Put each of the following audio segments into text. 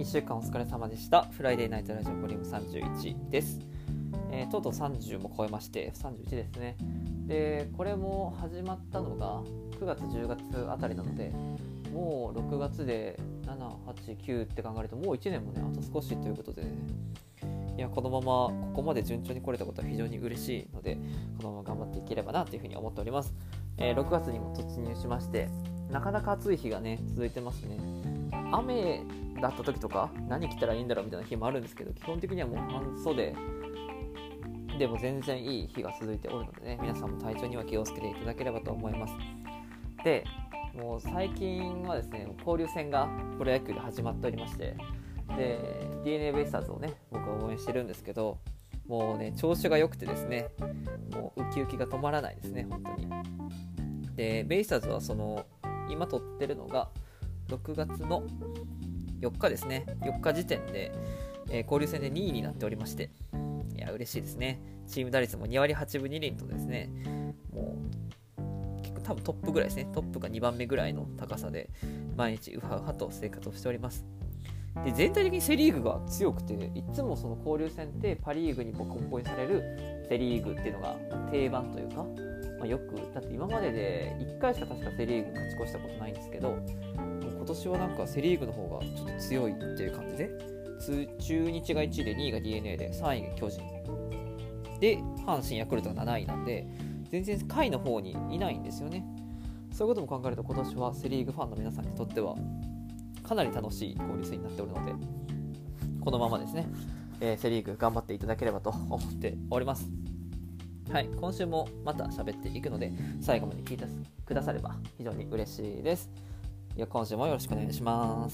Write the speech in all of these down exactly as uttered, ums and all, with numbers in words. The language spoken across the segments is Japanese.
しゅうかんお疲れ様でした。フライデーナイトラジオボリュームさんじゅういちです。えー、とうとうさんじゅうも超えましてさんじゅういちですね。で、これも始まったのがくがつじゅうがつあたりなので、もうろくがつでなな、はち、きゅうって考えるともういちねんもね、あと少しということでね、いやこのままここまで順調に来れたことは非常に嬉しいので、このまま頑張っていければなというふうに思っております。えー、ろくがつにも突入しまして、なかなか暑い日がね続いてますね。雨だった時とか何着たらいいんだろうみたいな日もあるんですけど、基本的にはもう半袖でも全然いい日が続いておるのでね、皆さんも体調には気をつけていただければと思います。で、もう最近はですね、交流戦がプロ野球で始まっておりまして、で ディーエヌエー ベイスターズをね僕は応援してるんですけど、もうね調子が良くてですね、もうウキウキが止まらないですね本当に。でベイスターズはその今撮ってるのがろくがつのよっかですね。よっか時点で、えー、交流戦でにいになっておりまして、いや嬉しいですね。チーム打率もにわりはちぶにりんとですね、もう結構多分トップぐらいですね。トップがにばんめぐらいの高さで毎日ウハウハと生活をしております。で全体的にセリーグが強くて、いつもその交流戦ってパリーグにボコボコにされるセリーグっていうのが定番というか、まあ、よくだって今まででいっかいしか確かセリーグ勝ち越したことないんですけど、今年はなんかセリーグの方がちょっと強いっていう感じで、中日がいちいでにいが ディーエヌエー でさんいが巨人で阪神ヤクルトがなないなんで、全然下位の方にいないんですよね。そういうことも考えると、今年はセリーグファンの皆さんにとってはかなり楽しい交流戦になっておるので、このままですね、えー、セリーグ頑張っていただければと思っております。はい、今週もまた喋っていくので、最後まで聞いてくだされば非常に嬉しいです。いや今週もよろしくお願いします。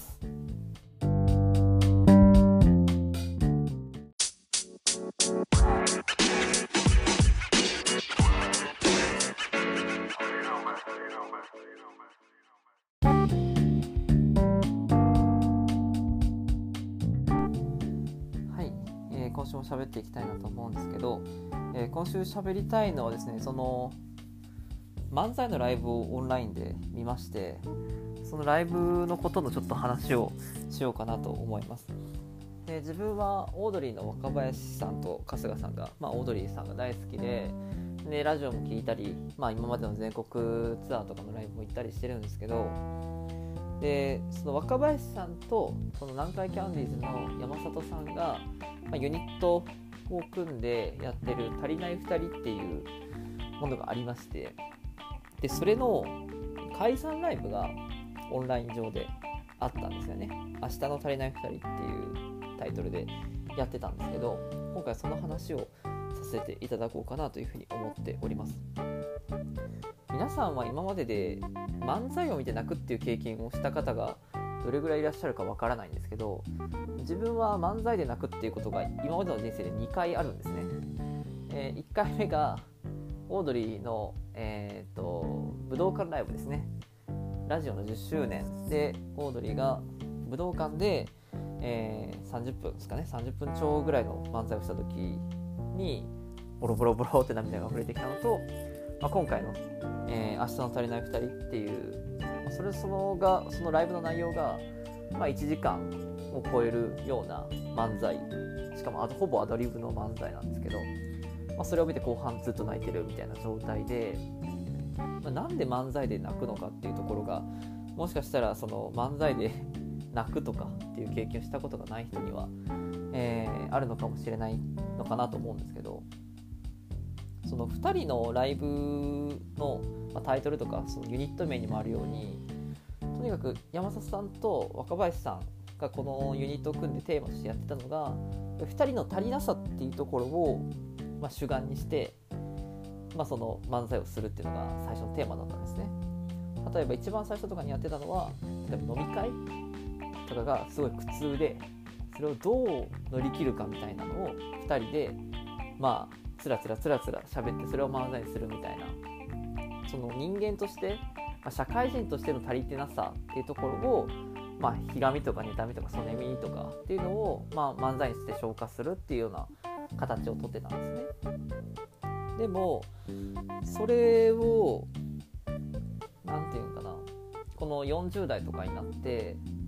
今週も喋っていきたいなと思うんですけど、えー、今週喋りたいのはですね、その漫才のライブをオンラインで見まして、そのライブのことのちょっと話をしようかなと思います。で自分はオードリーの若林さんと春日さんが、まあ、オードリーさんが大好きで、でラジオも聞いたり、まあ、今までの全国ツアーとかのライブも行ったりしてるんですけど、でその若林さんとその南海キャンディーズの山里さんが、まあ、ユニットを組んでやってる足りないふたりっていうものがありまして、でそれの解散ライブがオンライン上であったんですよね。明日の足りないふたりっていうタイトルでやってたんですけど、今回その話をさせていただこうかなというふうに思っております。皆さんは今までで漫才を見て泣くっていう経験をした方がどれぐらいいらっしゃるかわからないんですけど、自分は漫才で泣くっていうことが今までの人生でにかいあるんですね。えー、いっかいめがオードリーの、えー、と武道館ライブですね。ラジオのじゅっしゅうねんでオードリーが武道館で、えー、さんじゅっぷんですかね、さんじゅっぷん超ぐらいの漫才をした時にボロボロボロって涙が溢れてきたのと、まあ、今回の、えー、明日の足りないふたりっていう、それそのがそのライブの内容が、まあ、いちじかんを超えるような漫才、しかもあとほぼアドリブの漫才なんですけど、まあ、それを見て後半ずっと泣いてるみたいな状態で、まあ、なんで漫才で泣くのかっていうところが、もしかしたらその漫才で泣くとかっていう経験をしたことがない人には、えー、あるのかもしれないのかなと思うんですけど、そのふたりのライブのタイトルとかそのユニット名にもあるように、とにかく山里さんと若林さんがこのユニットを組んでテーマとしてやってたのが、ふたりの足りなさっていうところを、まあ、主眼にして、まあ、その漫才をするっていうのが最初のテーマだったんですね。例えば一番最初とかにやってたのは、例えば飲み会とかがすごい苦痛で、それをどう乗り切るかみたいなのをふたりでまあつらつらつらつら喋って、それを漫才にするみたいな、その人間として、まあ、社会人としての足りてなさっていうところを、まあ、ひがみとか妬みとかそねみとかっていうのを、まあ、漫才にして消化するっていうような形をとってたんですね。でもそれをなんていうのかな、このよんじゅう代とかになって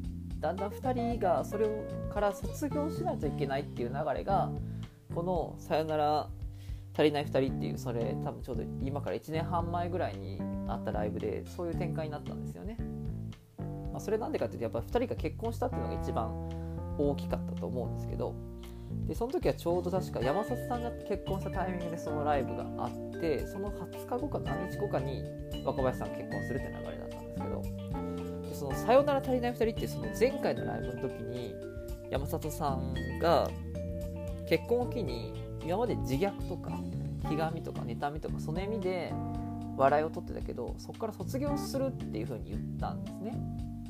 だんだんふたりがそれから卒業しないといけないっていう流れがこのさよなら足りないふたりっていう、それ多分ちょうど今からいちねんはん前ぐらいにあったライブでそういう展開になったんですよね。まあ、それなんでかっていうとやっぱふたりが結婚したっていうのが一番大きかったと思うんですけど、でその時はちょうど確か山里さんが結婚したタイミングでそのライブがあって、そのはつかごか何日後かに若林さんが結婚するって流れだったんですけど、でそのさよなら足りないふたりってその前回のライブの時に山里さんが結婚を機に今まで自虐とかひがみとか妬みとかその意味で笑いを取ってたけど、そこから卒業するっていう風に言ったんですね。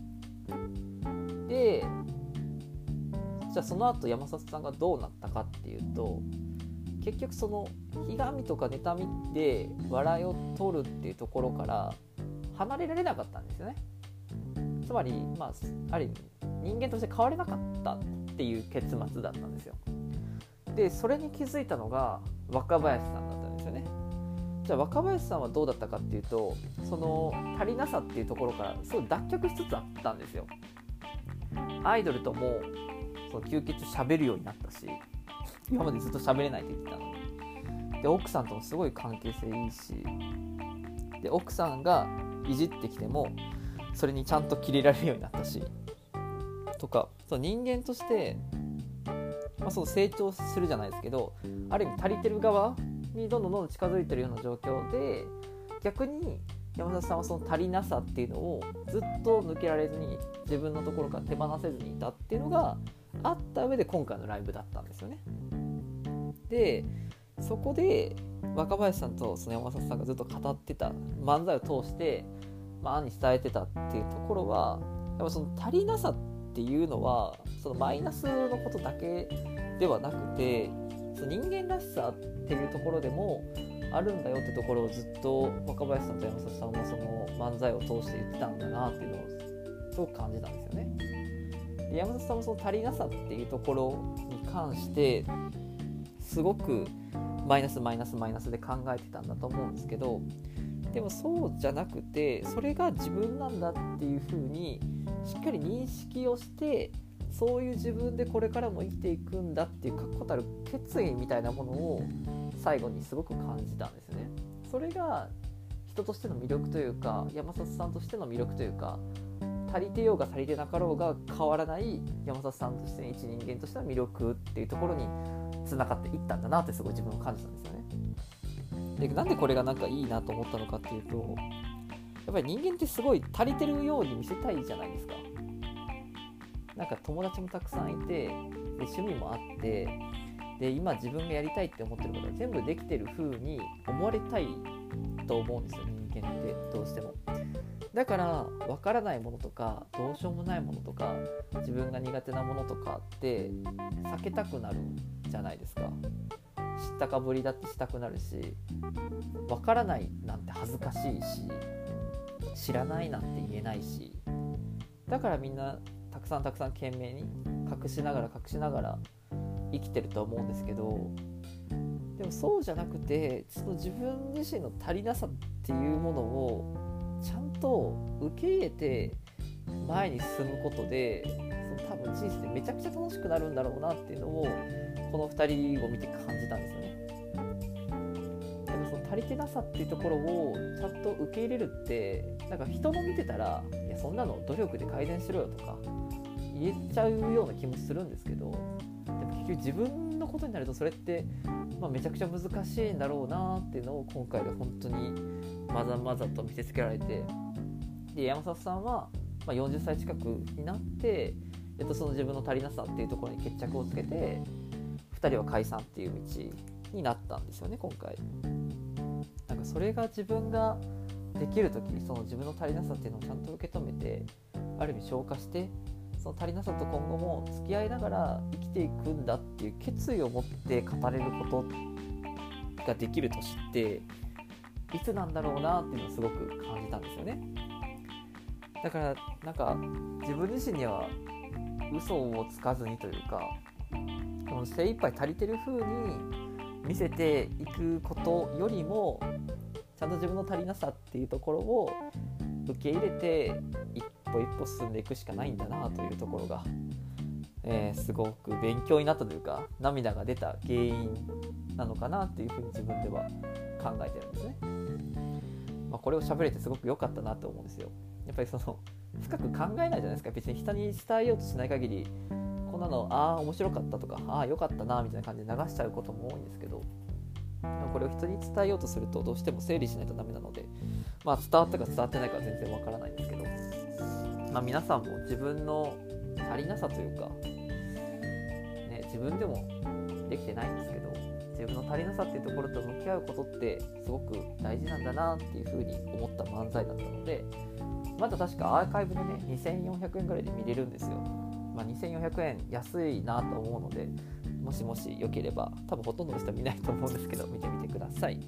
でじゃあその後山里さんがどうなったかっていうと、結局そのひがみとか妬みで笑いを取るっていうところから離れられなかったんですよね。つまり、まあ、ある意味人間として変われなかったっていう結末だったんですよ。でそれに気づいたのが若林さんだったんですよね。じゃあ若林さんはどうだったかっていうと、その足りなさっていうところからすごい脱却しつつあったんですよ。アイドルともその休憩中喋るようになったし、今までずっと喋れないって言ってたのに、で奥さんともすごい関係性いいし、で奥さんがいじってきてもそれにちゃんとキレられるようになったしとか、その人間として、まあ、その成長するじゃないですけど、ある意味足りてる側にどんどんどんどん近づいてるような状況で、逆に山里さんはその足りなさっていうのをずっと抜けられずに自分のところから手放せずにいたっていうのがあった上で今回のライブだったんですよね。でそこで若林さんとその山里さんがずっと語ってた漫才を通して、まあ、案に伝えてたっていうところは、やっぱその足りなさっていうのはそのマイナスのことだけではなくて、その人間らしさっていうところでもあるんだよってところをずっと若林さんと山里さんはその漫才を通して言ってたんだなっていうのをすごく感じたんですよね。で山里さんもその足りなさっていうところに関してすごくマイナスマイナスマイナスで考えてたんだと思うんですけど、でもそうじゃなくて、それが自分なんだっていう風にしっかり認識をして、そういう自分でこれからも生きていくんだっていう確固たる決意みたいなものを最後にすごく感じたんですよね。それが人としての魅力というか、山里さんとしての魅力というか、足りてようが足りてなかろうが変わらない山里さんとしての一人間としての魅力っていうところに繋がっていったんだなってすごい自分を感じたんですよね。でなんでこれがなんかいいなと思ったのかっていうと、やっぱり人間ってすごい足りてるように見せたいじゃないですか。なんか友達もたくさんいて、で趣味もあって、で今自分がやりたいって思ってることが全部できてる風に思われたいと思うんですよ、人間ってどうしても。だから分からないものとかどうしようもないものとか自分が苦手なものとかって避けたくなるじゃないですか。知ったかぶりだってしたくなるし、分からないなんて恥ずかしいし、知らないなんて言えないし、だからみんなたくさんたくさん懸命に隠しながら隠しながら生きてると思うんですけど、でもそうじゃなくて、その自分自身の足りなさっていうものをちゃんと受け入れて前に進むことで、その多分人生でめちゃくちゃ楽しくなるんだろうなっていうのをこのふたりを見て感じたんですよね。でもその足りてなさっていうところをちゃんと受け入れるって、なんか人の見てたら、いやそんなの努力で改善しろよとか言えちゃうような気もするんですけど、でも結局自分のことになるとそれって、まあ、めちゃくちゃ難しいんだろうなっていうのを今回で本当にまざまざと見せつけられて、で山里さんはまあよんじゅっさい近くになってやっとその自分の足りなさっていうところに決着をつけて、ふたりは解散っていう道になったんですよね今回。なんかそれが自分ができるとき、その自分の足りなさっていうのをちゃんと受け止めて、ある意味消化して、その足りなさと今後も付き合いながら生きていくんだっていう決意を持って語れることができる年っていつなんだろうなっていうのをすごく感じたんですよね。だからなんか自分自身には嘘をつかずにというか、精一杯足りてる風に見せていくことよりも、ちゃんと自分の足りなさっていうところを受け入れて一歩歩一歩進んでいくしかないんだなというところが、えー、すごく勉強になったというか、涙が出た原因なのかなっていうふうに自分では考えてるんですね。まあ、これを喋れてすごく良かったなと思うんですよ。やっぱりその深く考えないじゃないですか。別に人に伝えようとしない限り、こんなのああ面白かったとか、ああ良かったなみたいな感じで流しちゃうことも多いんですけど、これを人に伝えようとするとどうしても整理しないとダメなので、まあ、伝わったか伝わってないかは全然わからないんですけど、まあ、皆さんも自分の足りなさというか、ね、自分でもできてないんですけど、自分の足りなさっていうところと向き合うことってすごく大事なんだなっていうふうに思った漫才だったので、まだ確かアーカイブでねにせんよんひゃくえんぐらいで見れるんですよ。まあ、にせんよんひゃくえん安いなと思うので、もしもしよければ、多分ほとんどの人は見ないと思うんですけど、見てみてください。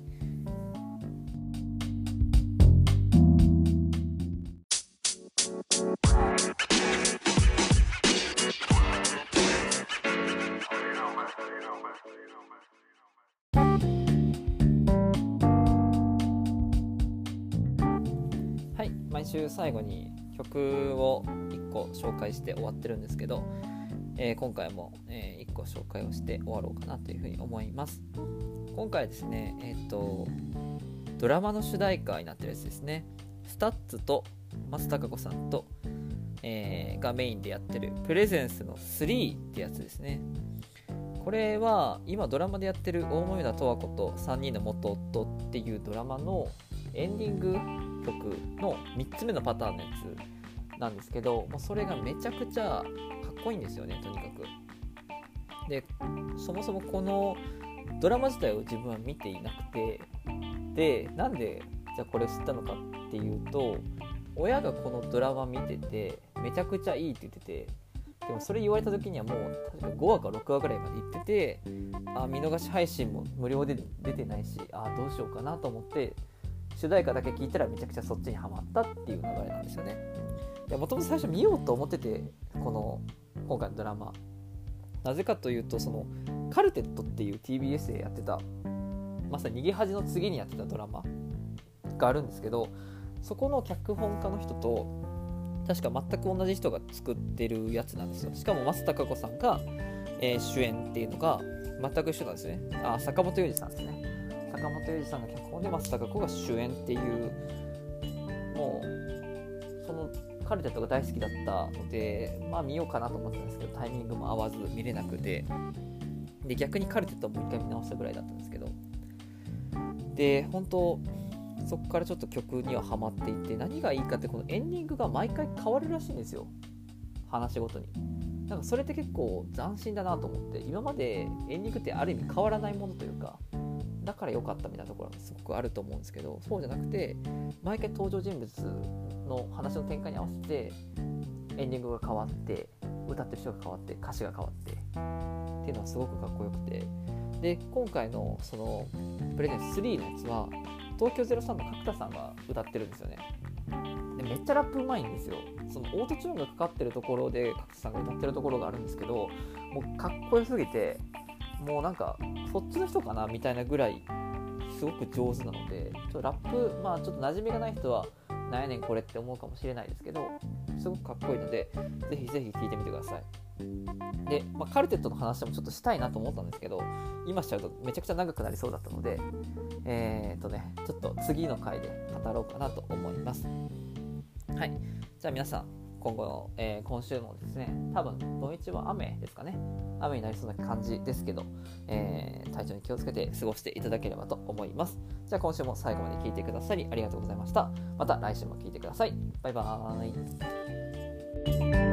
はい、毎週最後に曲をいっこ紹介して終わってるんですけど、えー、今回も、えー、いっこ紹介をして終わろうかなというふうに思います。今回ですね、えーと、ドラマの主題歌になってるやつですね。スタッツと松たか子さんと、えー、がメインでやってるプレゼンスのスリーってやつですね。これは今ドラマでやってる大豆田十和子とさんにんの元夫っていうドラマのエンディング曲のみっつめのパターンのやつなんですけど、もうそれがめちゃくちゃかっこいいんですよね、とにかく。で、そもそもこのドラマ自体を自分は見ていなくて、で、なんでじゃあこれ知ったのかっていうと、親がこのドラマ見ててめちゃくちゃいいって言ってて、でもそれ言われた時にはもう確かごわかろくわぐらいまで行ってて、あ、見逃し配信も無料で出てないし、あ、どうしようかなと思って主題歌だけ聞いたらめちゃくちゃそっちにハマったっていう流れなんですよね。もともと最初見ようと思ってて、この今回のドラマ、なぜかというと、そのカルテットっていう ティービーエス でやってた、まさに逃げ恥の次にやってたドラマがあるんですけど、そこの脚本家の人と確か全く同じ人が作ってるやつなんですよ。しかも松たか子さんが、えー、主演っていうのが全く一緒なんですね。あ、坂本龍二さんですね。坂本龍二さんが脚本で松たか子が主演っていう、もうそのカルテットが大好きだったので、まあ見ようかなと思ってたんですけど、タイミングも合わず見れなくて、で逆にカルテットをもう一回見直したぐらいだったんですけど、で本当そこからちょっと曲にはハマっていて、何がいいかって、このエンディングが毎回変わるらしいんですよ、話ごとに。なんかそれって結構斬新だなと思って、今までエンディングってある意味変わらないものというか、だから良かったみたいなところがすごくあると思うんですけど、そうじゃなくて毎回登場人物の話の展開に合わせてエンディングが変わって、歌ってる人が変わって、歌詞が変わってっていうのはすごくかっこよくて、で今回のそのプレゼンススリーのやつは東京ゼロさんの角田さんが歌ってるんですよね。でめっちゃラップうまいんですよ。そのオートチューンがかかってるところで角田さんが歌ってるところがあるんですけど、もうかっこよすぎて、もうなんかそっちの人かなみたいなぐらいすごく上手なので、ちょっとラップ、まあちょっと馴染みがない人はなんやねんこれって思うかもしれないですけど、すごくかっこいいので、ぜひぜひ聴いてみてください。で、まあ、カルテットの話もちょっとしたいなと思ったんですけど、今しちゃうとめちゃくちゃ長くなりそうだったので、えーっとね、ちょっと次の回で語ろうかなと思います。はい、じゃあ皆さん、今後の、えー、今週もですね、多分土日は雨ですかね、雨になりそうな感じですけど、えー、体調に気をつけて過ごしていただければと思います。じゃあ今週も最後まで聞いてくださりありがとうございました。また来週も聞いてください。バイバーイ。